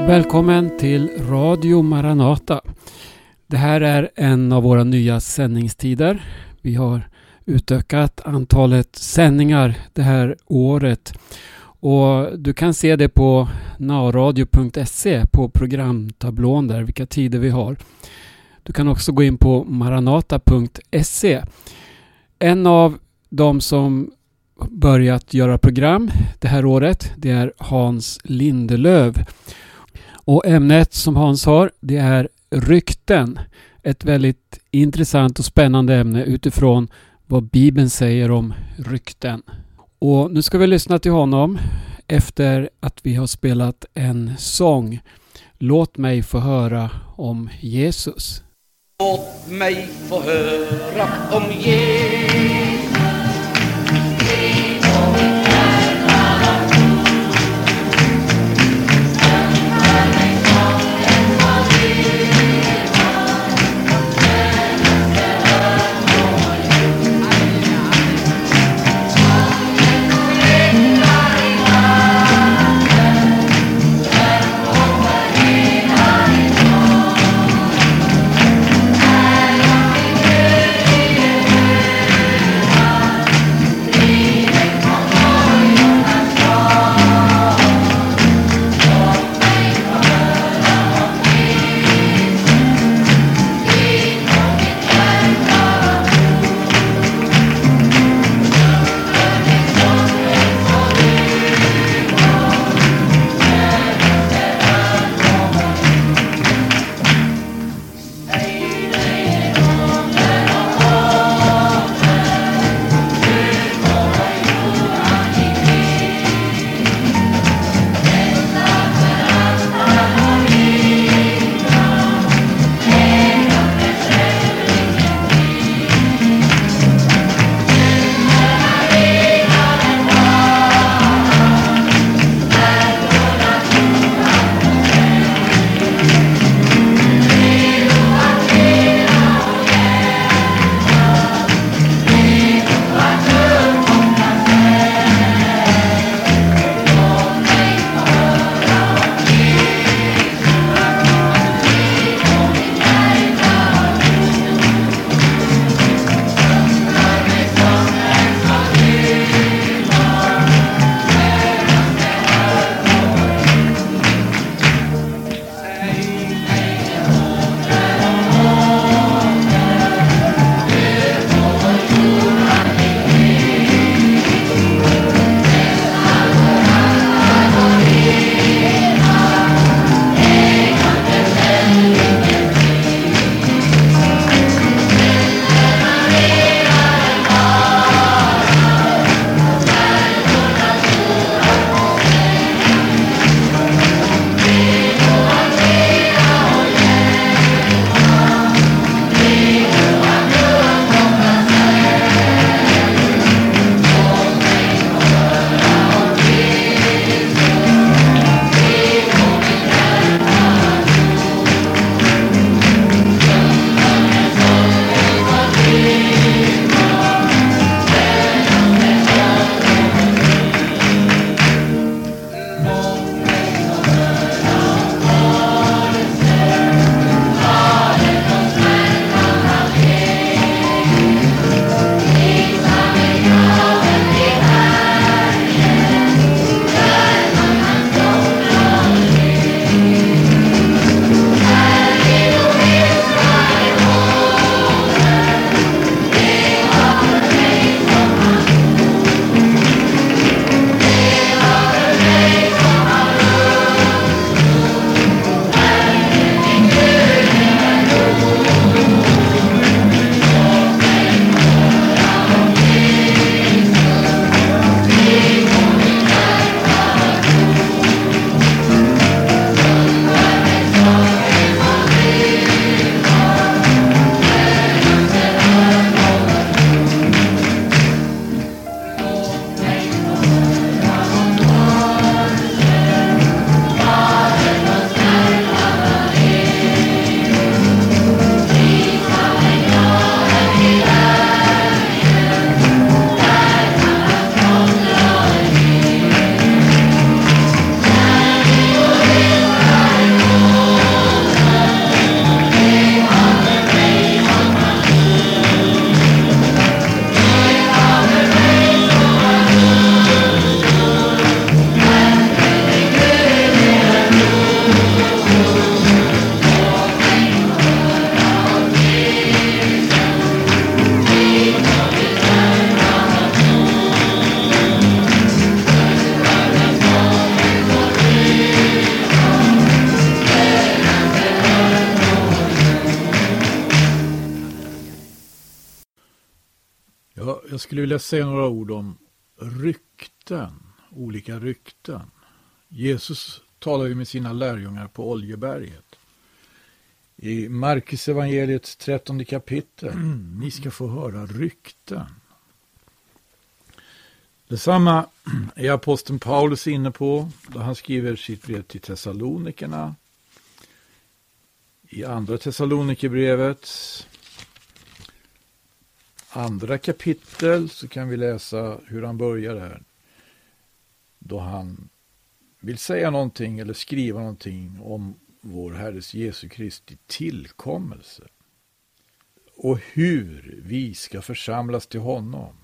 Välkommen till Radio Maranata. Det här är en av våra nya sändningstider. Vi har utökat antalet sändningar det här året. Och du kan se det på naradio.se på programtablån där, vilka tider vi har. Du kan också gå in på maranata.se. En av de som börjat göra program det här året, det är Hans Lindelöv. Och ämnet som Hans har, det är rykten. Ett väldigt intressant och spännande ämne utifrån vad Bibeln säger om rykten. Och nu ska vi lyssna till honom efter att vi har spelat en sång. Låt mig få höra om Jesus. Låt mig få höra om Jesus. skulle vilja säga några ord om rykten, olika rykten. Jesus talar ju med sina lärjungar på Oljeberget. I Markus evangeliets 13 kapitel. Ni ska få höra rykten. Detsamma är aposteln Paulus inne på då han skriver sitt brev till Thessalonikerna. I andra Thessalonikerbrevet, andra kapitel, så kan vi läsa hur han börjar här. Då han vill säga någonting eller skriva någonting om vår Herres Jesu Kristi tillkommelse och hur vi ska församlas till honom.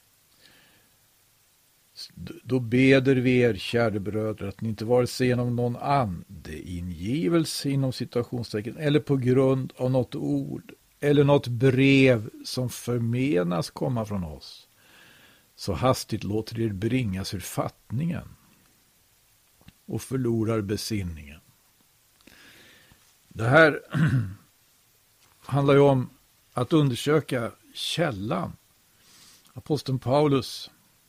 Då beder vi er, kära bröder, att ni inte vare sig genom någon andeingivelse inom situationstecken eller på grund av något ord eller något brev som förmenas komma från oss, så hastigt låter er bringas ur fattningen och förlorar besinningen. Det här handlar ju om att undersöka källan. Aposteln Paulus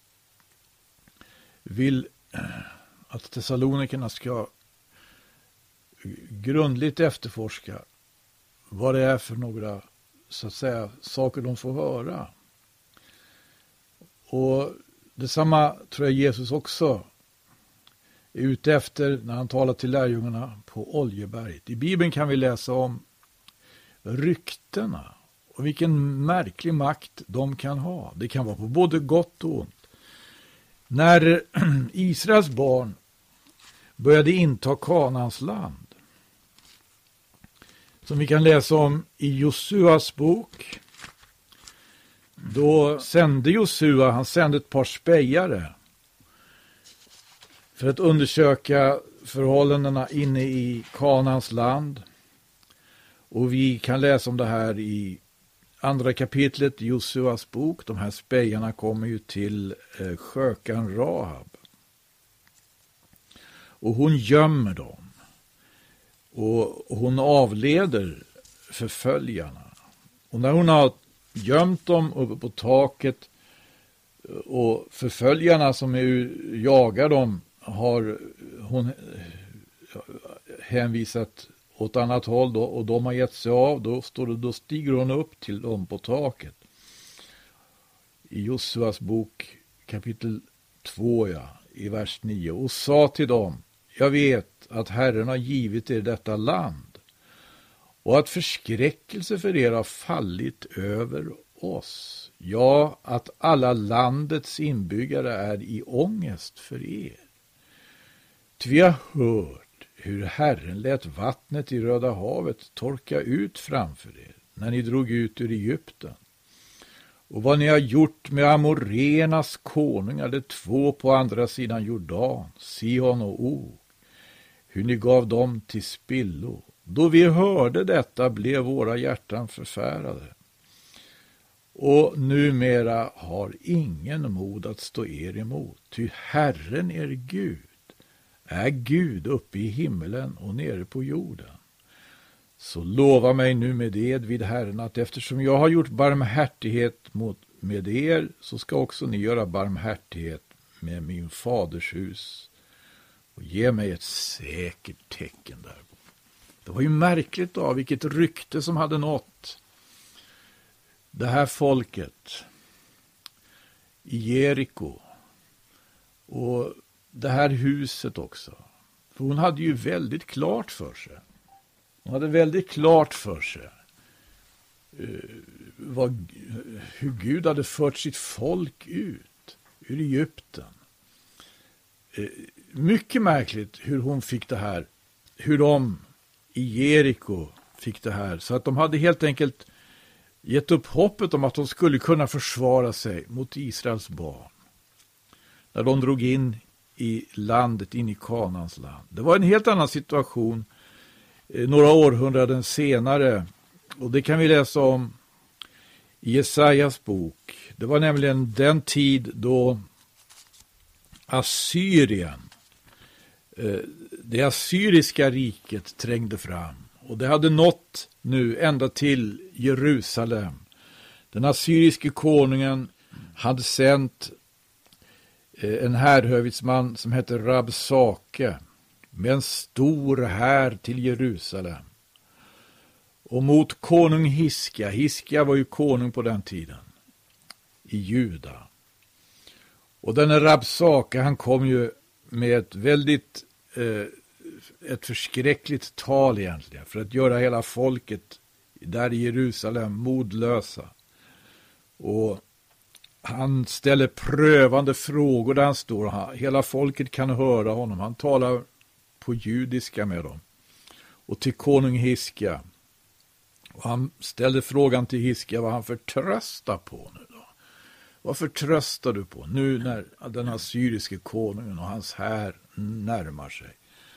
vill att Thessalonikerna ska grundligt efterforska vad det är för några, så att säga, saker de får höra. Och detsamma tror jag Jesus också är ute efter när han talar till lärjungarna på Oljeberget. I Bibeln kan vi läsa om ryktena och vilken märklig makt de kan ha. Det kan vara på både gott och ont. När Israels barn började inta Kanaans land, som vi kan läsa om i Josuas bok, då sände Josua, han sände ett par spejare för att undersöka förhållandena inne i Kanaans land. Och vi kan läsa om det här i andra kapitlet i Josuas bok. De här spejarna kommer ju till skökan Rahab. Och hon gömmer dem. Och hon avleder förföljarna. Och när hon har gömt dem uppe på taket och förföljarna som jagar dem har hon hänvisat åt annat håll då, och de har gett sig av, då stiger hon upp till dem på taket. I Josuas bok kapitel 2, i vers 9, och sa till dem: jag vet att Herren har givit er detta land och att förskräckelse för er har fallit över oss. Ja, att alla landets inbyggare är i ångest för er. Ty vi har hört hur Herren lät vattnet i Röda havet torka ut framför er när ni drog ut ur Egypten. Och vad ni har gjort med Amorenas konungar, de 2 på andra sidan Jordan, Sihon och Og, hur ni gav dem till spillo. Då vi hörde detta blev våra hjärtan förfärade. Och numera har ingen mod att stå er emot, ty Herren er Gud är Gud uppe i himmelen och nere på jorden. Så lova mig nu med ed vid Herren att eftersom jag har gjort barmhärtighet med er, så ska också ni göra barmhärtighet med min faders hus och ge mig ett säkert tecken där. Det var ju märkligt då, vilket rykte som hade nått det här folket i Jeriko och det här huset också. För hon hade ju väldigt klart för sig. Hon hade väldigt klart för sig hur Gud hade fört sitt folk ut ur Egypten. Mycket märkligt hur hon fick det här. Hur de i Jeriko fick det här. Så att de hade helt enkelt gett upp hoppet om att de skulle kunna försvara sig mot Israels barn. När de drog in i landet, in i Kanaans land. Det var en helt annan situation några århundraden senare. Och det kan vi läsa om i Jesajas bok. Det var nämligen den tid då Assyrien, det assyriska riket, trängde fram. Och det hade nått nu ända till Jerusalem. Den assyriske konungen hade sänt en härhövitsman som hette Rabsake med en stor här till Jerusalem. Och mot konung Hiskia. Hiskia var ju konung på den tiden i Juda. Och den Rabsake, han kom ju med ett väldigt ett förskräckligt tal egentligen, för att göra hela folket där i Jerusalem modlösa. Och han ställer prövande frågor där han står. Hela folket kan höra honom. Han talar på judiska med dem. Och till konung Hiskia. Och han ställde frågan till Hiskia vad han förtröstar på nu då. Vad förtröstar du på nu när den assyriske konungen och hans här närmar sig?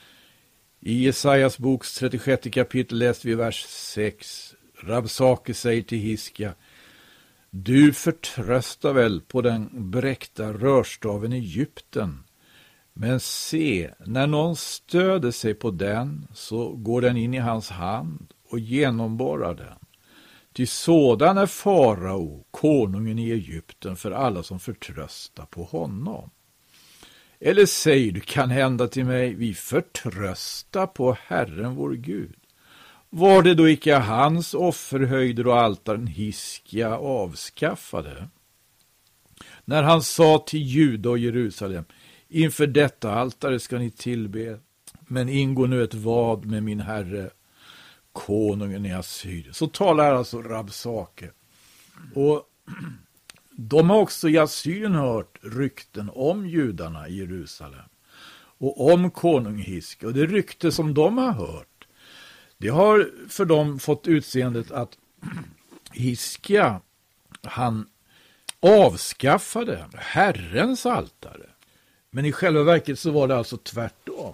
I Jesajas boks 36 kapitel läste vi vers 6. Rabsake säger till Hiskia: du förtröstar väl på den bräckta rörstaven i Egypten, men se, när någon stöder sig på den så går den in i hans hand och genomborrar den. Ty sådan är farao, konungen i Egypten, för alla som förtröstar på honom. Eller säger du, kan hända till mig, vi förtröstar på Herren vår Gud. Var det då icke hans offerhöjder och altaren Hiskia avskaffade? När han sa till Juda och Jerusalem: inför detta altare ska ni tillbe, men ingår nu ett vad med min herre, konungen i Assyrien. Så talar alltså Rabsake. Och de har också i Assyrien hört rykten om judarna i Jerusalem och om konung Hiskia. Och det rykte som de har hört, det har för dem fått utseendet att Hiskia, han avskaffade Herrens altare. Men i själva verket så var det alltså tvärtom.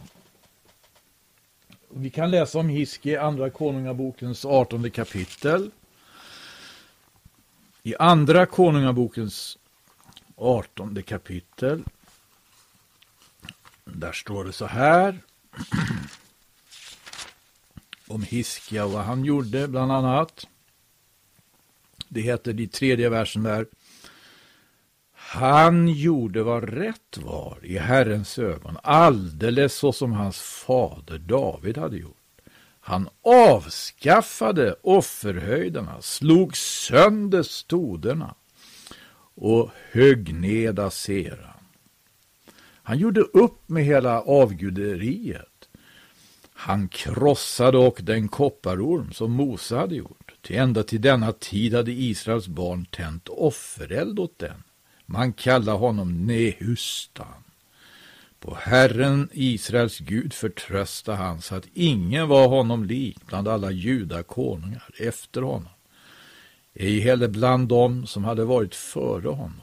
Vi kan läsa om Hiskia i andra konungabokens 18 kapitel. I andra konungabokens 18 kapitel, där står det så här om Hiskia och vad han gjorde bland annat. Det heter i 3:e versen där: han gjorde vad rätt var i Herrens ögon, alldeles så som hans fader David hade gjort. Han avskaffade offerhöjderna, slog sönder stoderna och högg ned aseran. Han gjorde upp med hela avguderiet. Han krossade och den kopparorm som Mose hade gjort. Till ända till denna tid hade Israels barn tänt offereld åt den. Man kallar honom Nehustan. På Herren Israels Gud förtröstade han, så att ingen var honom lik bland alla judakonungar efter honom. Ej heller bland dem som hade varit före honom.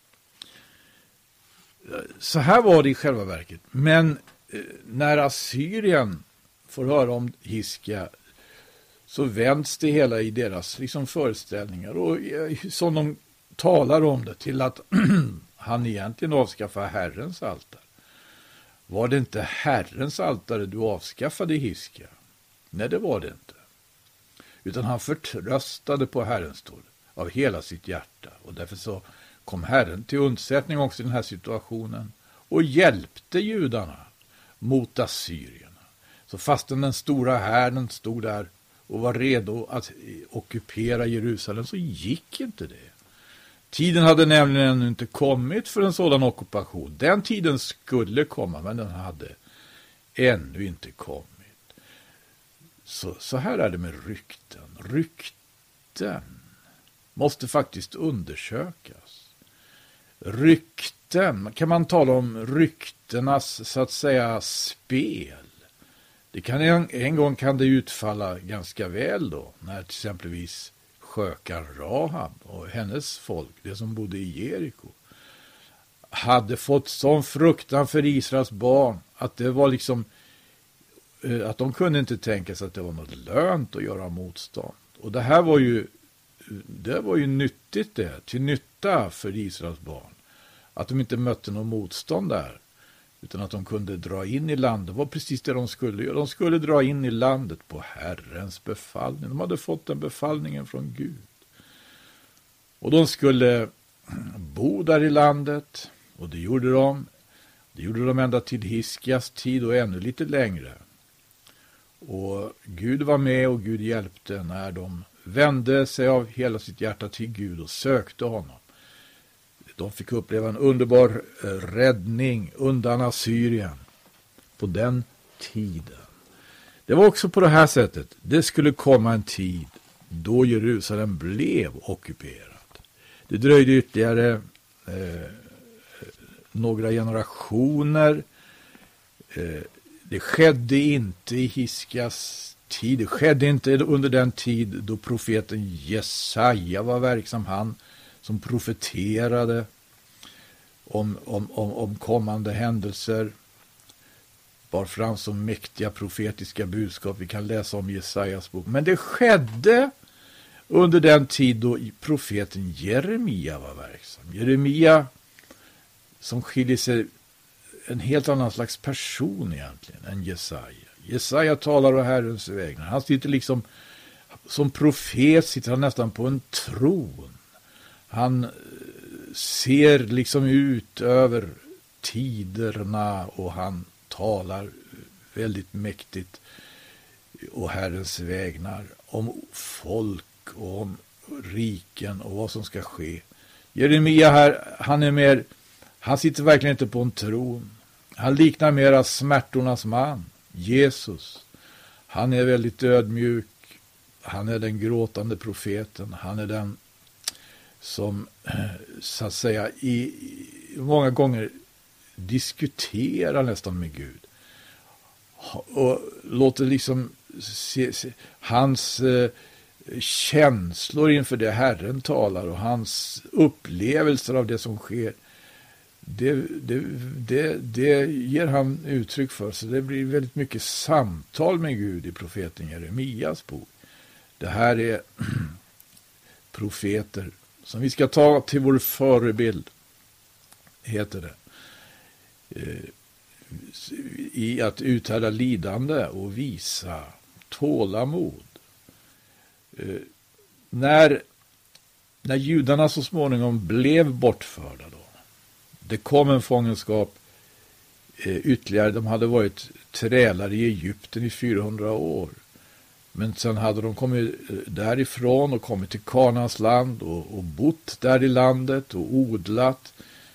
Så här var det i själva verket. Men när Assyrien får höra om Hiskia, så vänds det hela i deras liksom föreställningar. Och som de talar om det till att han egentligen avskaffar Herrens altare. Var det inte Herrens altare du avskaffade, Hiskia? Nej, det var det inte. Utan han förtröstade på Herren, står det, av hela sitt hjärta. Och därför så kom Herren till undsättning också i den här situationen och hjälpte judarna mot assyrierna. Så fastän den stora härden stod där och var redo att ockupera Jerusalem, så gick inte det. Tiden hade nämligen ännu inte kommit för en sådan ockupation. Den tiden skulle komma, men den hade ännu inte kommit. Så här är det med rykten. Rykten måste faktiskt undersökas. Rykten, kan man tala om ryktenas så att säga spel. Det kan en gång kan det utfalla ganska väl då, när till exempelvis skökan Rahab och hennes folk, det som bodde i Jeriko, hade fått sån fruktan för Israels barn att det var liksom att de kunde inte tänka sig att det var något lönt att göra motstånd. Och det här var ju nyttigt, det till nytta för Israels barn, att de inte mötte någon motstånd där, utan att de kunde dra in i landet. Det var precis det de skulle göra. De skulle dra in i landet på Herrens befallning. De hade fått den befallningen från Gud. Och de skulle bo där i landet, och det gjorde de. Det gjorde de ända till Hiskias tid och ännu lite längre. Och Gud var med och Gud hjälpte när de vände sig av hela sitt hjärta till Gud och sökte honom. De fick uppleva en underbar räddning undan Assyrien på den tiden. Det var också på det här sättet. Det skulle komma en tid då Jerusalem blev ockuperat. Det dröjde ytterligare några generationer. Det skedde inte i Hiskias tid. Det skedde inte under den tid då profeten Jesaja var verksam. Han som profeterade om kommande händelser. Bar fram som mäktiga profetiska budskap. Vi kan läsa om Jesajas bok. Men det skedde under den tid då profeten Jeremia var verksam. Jeremia som skiljer sig en helt annan slags person egentligen än Jesaja. Jesaja talar å Herrens vägnar. Han sitter liksom som profet, sitter han nästan på en tron. Han ser liksom ut över tiderna och han talar väldigt mäktigt å Herrens vägnar om folk och om riken och vad som ska ske. Jeremia här, han sitter verkligen inte på en tron. Han liknar mera smärtornas man, Jesus. Han är väldigt ödmjuk. Han är den gråtande profeten. Han är den som så att säga många gånger diskuterar nästan med Gud. Och låter liksom se hans känslor inför det Herren talar och hans upplevelser av det som sker. Det ger han uttryck för. Så det blir väldigt mycket samtal med Gud i profeten Jeremias bok. Det här är profeter som vi ska ta till vår förebild, heter det. I att uthärda lidande och visa tålamod. När judarna så småningom blev bortförda då. Det kom en fångenskap ytterligare. De hade varit trälar i Egypten i 400 år. Men sen hade de kommit därifrån och kommit till Kanaans land och bott där i landet och odlat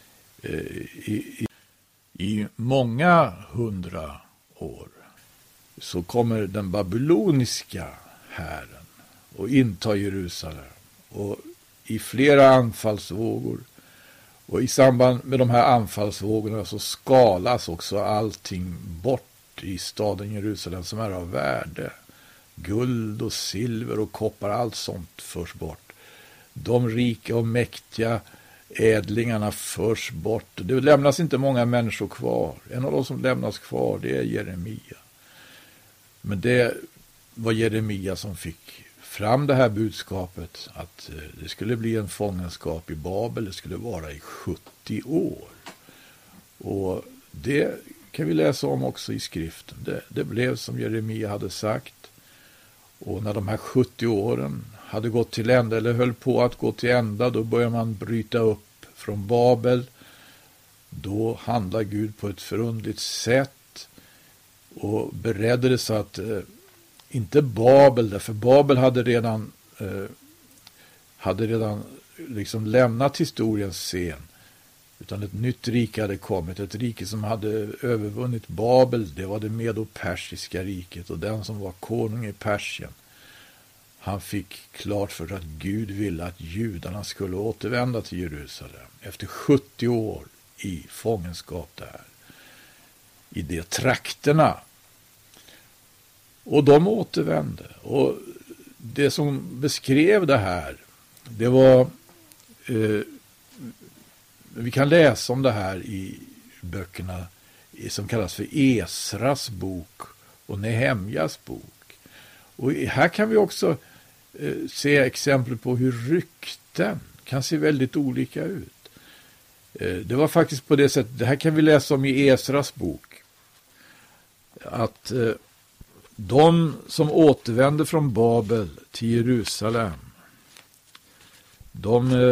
i många 100 år. Så kommer den babyloniska hären och intar Jerusalem och i flera anfallsvågor. Och i samband med de här anfallsvågorna så skalas också allting bort i staden Jerusalem som är av värde. Guld och silver och koppar, allt sånt förs bort. De rika och mäktiga ädlingarna förs bort. Det lämnas inte många människor kvar. En av de som lämnas kvar, det är Jeremia. Men det var Jeremia som fick fram det här budskapet att det skulle bli en fångenskap i Babel. Det skulle vara i 70 år. Och det kan vi läsa om också i skriften. Det blev som Jeremia hade sagt. Och när de här 70 åren hade gått till ända eller höll på att gå till ända, då börjar man bryta upp från Babel. Då handlar Gud på ett förundligt sätt och beredde det så att inte Babel, därför Babel hade redan liksom lämnat historiens scen, utan ett nytt rike hade kommit, ett rike som hade övervunnit Babel. Det var det medo-persiska riket, och den som var konung i Persien, han fick klart för att Gud ville att judarna skulle återvända till Jerusalem efter 70 år i fångenskap där, i de trakterna. Och de återvände. Och det som beskrev det här, det var vi kan läsa om det här i böckerna som kallas för Esras bok och Nehemjas bok. Och här kan vi också se exempel på hur rykten kan se väldigt olika ut. Det var faktiskt på det sättet, det här kan vi läsa om i Esras bok, att de som återvände från Babel till Jerusalem, de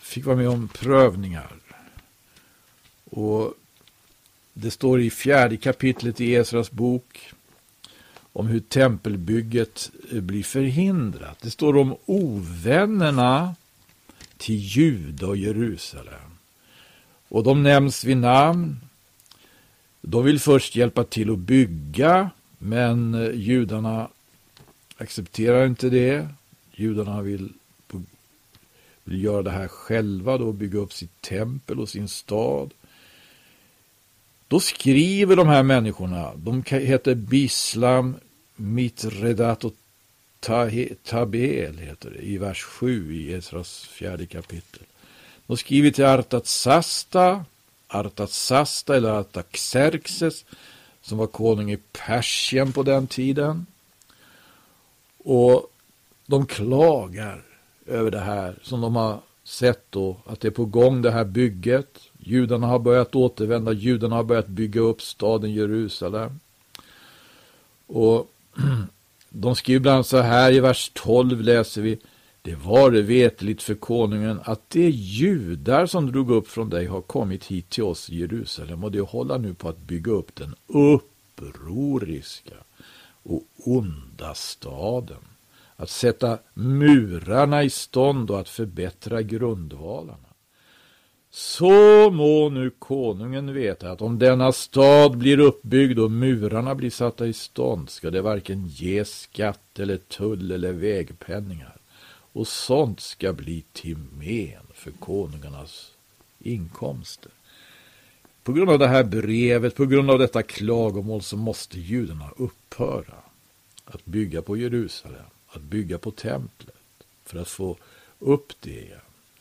fick vara med om prövningar. Och det står i 4:e kapitlet i Esras bok om hur tempelbygget blir förhindrat. Det står om ovännerna till Juda och Jerusalem. Och de nämns vid namn. De vill först hjälpa till att bygga, men judarna accepterar inte det. Judarna vill göra det här själva, då bygga upp sitt tempel och sin stad. Då skriver de här människorna, de heter Bislam, Mitredat och Tabel heter det, i vers 7 i Esras 4:e kapitel. De skriver till Artaxasta eller Artaxerxes, som var konung i Persien på den tiden. Och de klagar över det här som de har sett då, att det är på gång det här bygget. Judarna har börjat återvända, judarna har börjat bygga upp staden Jerusalem. Och de skriver bland så här i vers 12 läser vi: det var det veteligt för konungen att de judar som drog upp från dig har kommit hit till oss i Jerusalem, och de håller nu på att bygga upp den upproriska och onda staden, att sätta murarna i stånd och att förbättra grundvalarna. Så må nu konungen veta att om denna stad blir uppbyggd och murarna blir satta i stånd, ska det varken ge skatt eller tull eller vägpenningar, och sånt ska bli till men för konungarnas inkomster. På grund av det här brevet, på grund av detta klagomål, så måste judarna upphöra att bygga på Jerusalem, att bygga på templet, för att få upp det igen.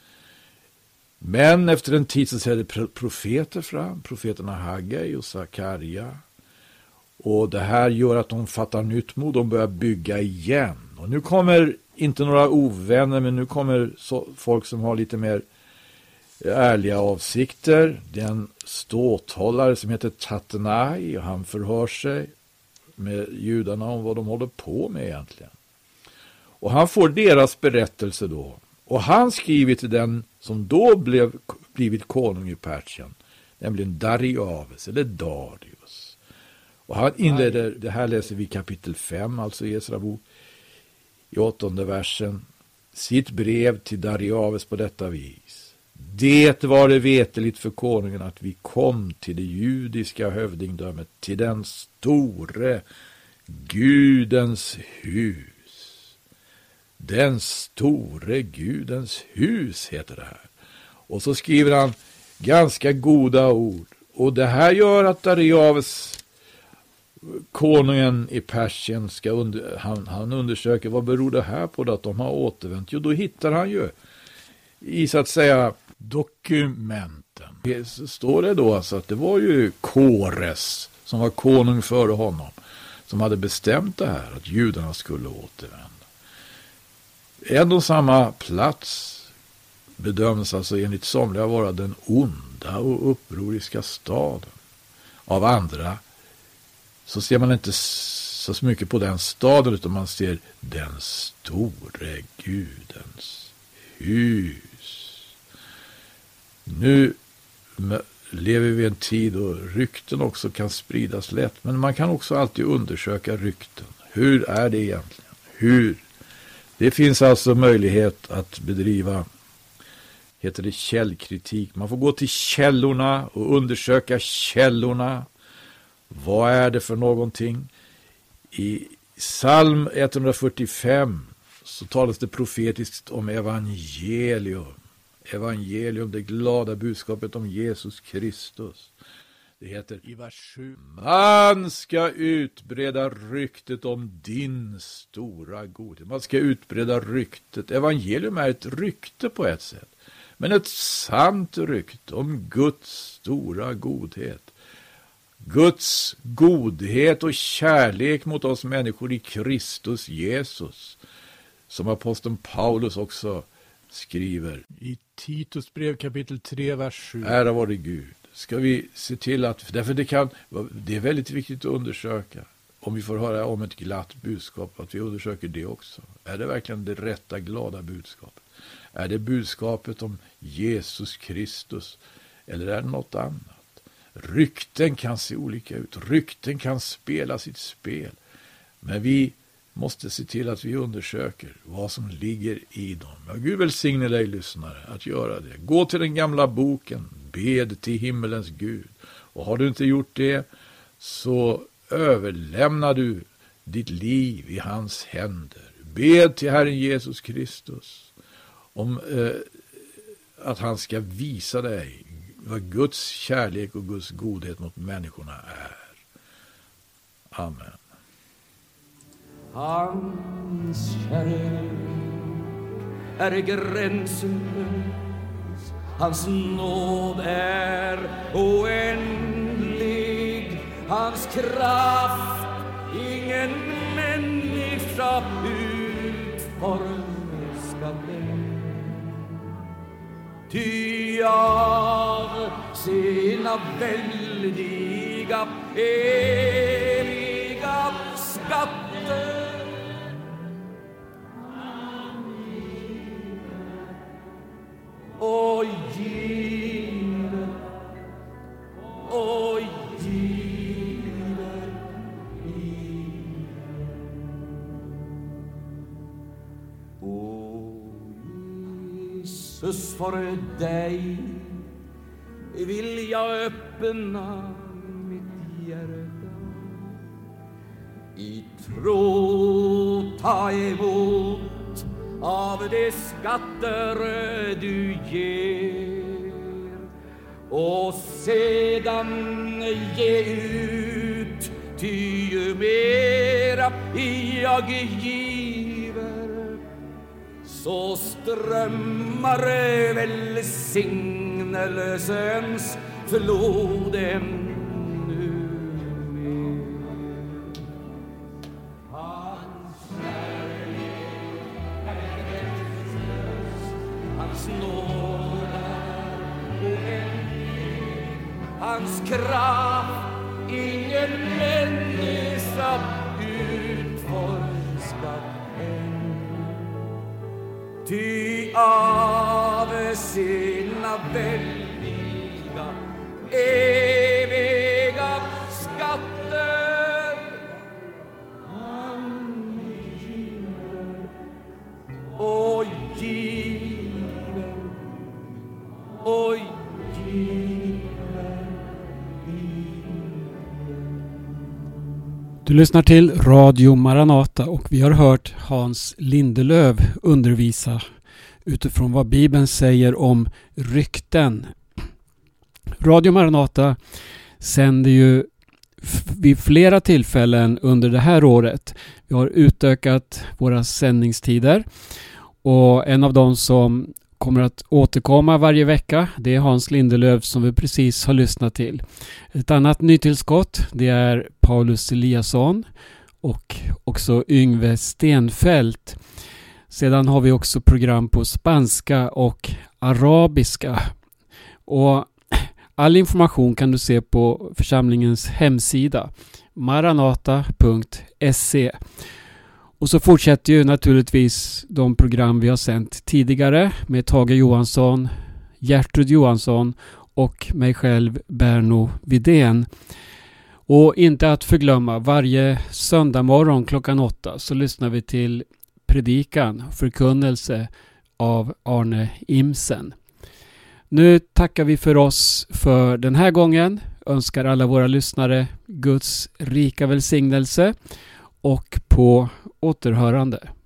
Men efter en tid så trädde profeter fram, profeterna Haggai och Sakarja. Och det här gör att de fattar nytt mod, de börjar bygga igen. Och nu kommer inte några ovänner, men nu kommer folk som har lite mer ärliga avsikter. Det är en ståthållare som heter Tatnai, och han förhör sig med judarna om vad de håller på med egentligen. Och han får deras berättelse då. Och han skriver till den som då blivit konung i Persien, nämligen Darius eller Darius. Och han inleder, det här läser vi kapitel 5, alltså i Esra bok, i 8:e versen, sitt brev till Darius på detta vis. Det var det veteligt för konungen att vi kom till det judiska hövdingdömet, till den store Gudens hus. Den store Gudens hus heter det här. Och så skriver han ganska goda ord. Och det här gör att Darius, konungen i Persien, han undersöker vad beror det här på, att de har återvänt. Jo, då hittar han ju i så att säga dokumenten. Det står det då alltså att det var ju Kores som var konung före honom som hade bestämt det här, att judarna skulle återvända. En och samma plats bedöms alltså enligt somliga vara den onda och upproriska staden. Av andra så ser man inte så mycket på den staden, utan man ser den store Gudens hus. Nu lever vi i en tid då rykten också kan spridas lätt, men man kan också alltid undersöka rykten. Hur är det egentligen? Det finns alltså möjlighet att bedriva, heter det, källkritik. Man får gå till källorna och undersöka källorna. Vad är det för någonting? I psalm 145 så talas det profetiskt om evangelium. Evangelium, det glada budskapet om Jesus Kristus. Det heter i vers 7: man ska utbreda ryktet om din stora godhet. Man ska utbreda ryktet. Evangelium är ett rykte på ett sätt, men ett sant rykte om Guds stora godhet. Guds godhet och kärlek mot oss människor i Kristus Jesus, som aposteln Paulus också skriver i Titus brev kapitel 3 vers 7. Ära vare Gud. Ska vi se till att, därför det är väldigt viktigt att undersöka. om vi får höra om ett glatt budskap, att vi undersöker det också. Är det verkligen det rätta glada budskapet? Är det budskapet om Jesus Kristus? Eller är det något annat? Rykten kan se olika ut. Rykten kan spela sitt spel. Men vi måste se till att vi undersöker vad som ligger i dem. Ja, Gud välsigne dig, lyssnare, att göra det. Gå till den gamla boken. Bed till himmelens Gud. Och har du inte gjort det, så överlämnar du ditt liv i hans händer. Bed till Herren Jesus Kristus om att han ska visa dig vad Guds kärlek och Guds godhet mot människorna är. Amen. Hans kärlek är gränslös, hans nåd är oändlig, hans kraft ingen människa utforskat. Ty av sina väldiga eviga skatter och giver Jesus, för dig vill jag öppna mitt hjärta, i tro ta emot av de skatter du ger, och sedan ge ut, ty ju mera jag giver, så strömmar välsignelsens flod ännu mer. Hans kärlek är gränslös, hans nåd är oändlig, hans kraft ingen människa utforskat än. Ty av sina väldiga eviga skatter han giver och giver och giver. Du lyssnar till Radio Maranata och vi har hört Hans Lindelöv undervisa utifrån vad Bibeln säger om rykten. Radio Maranata sänder ju vid flera tillfällen under det här året. Vi har utökat våra sändningstider, och en av dem som kommer att återkomma varje vecka, det är Hans Lindelöv som vi precis har lyssnat till. Ett annat nytillskott, det är Paulus Eliasson och också Yngve Stenfält. Sedan har vi också program på spanska och arabiska. Och all information kan du se på församlingens hemsida maranata.se. Och så fortsätter ju naturligtvis de program vi har sänt tidigare med Tage Johansson, Gertrud Johansson och mig själv, Berno Widén. Och inte att förglömma, varje söndag morgon klockan 8 så lyssnar vi till predikan, förkunnelse av Arne Imsen. Nu tackar vi för oss för den här gången. Önskar alla våra lyssnare Guds rika välsignelse och på återhörande.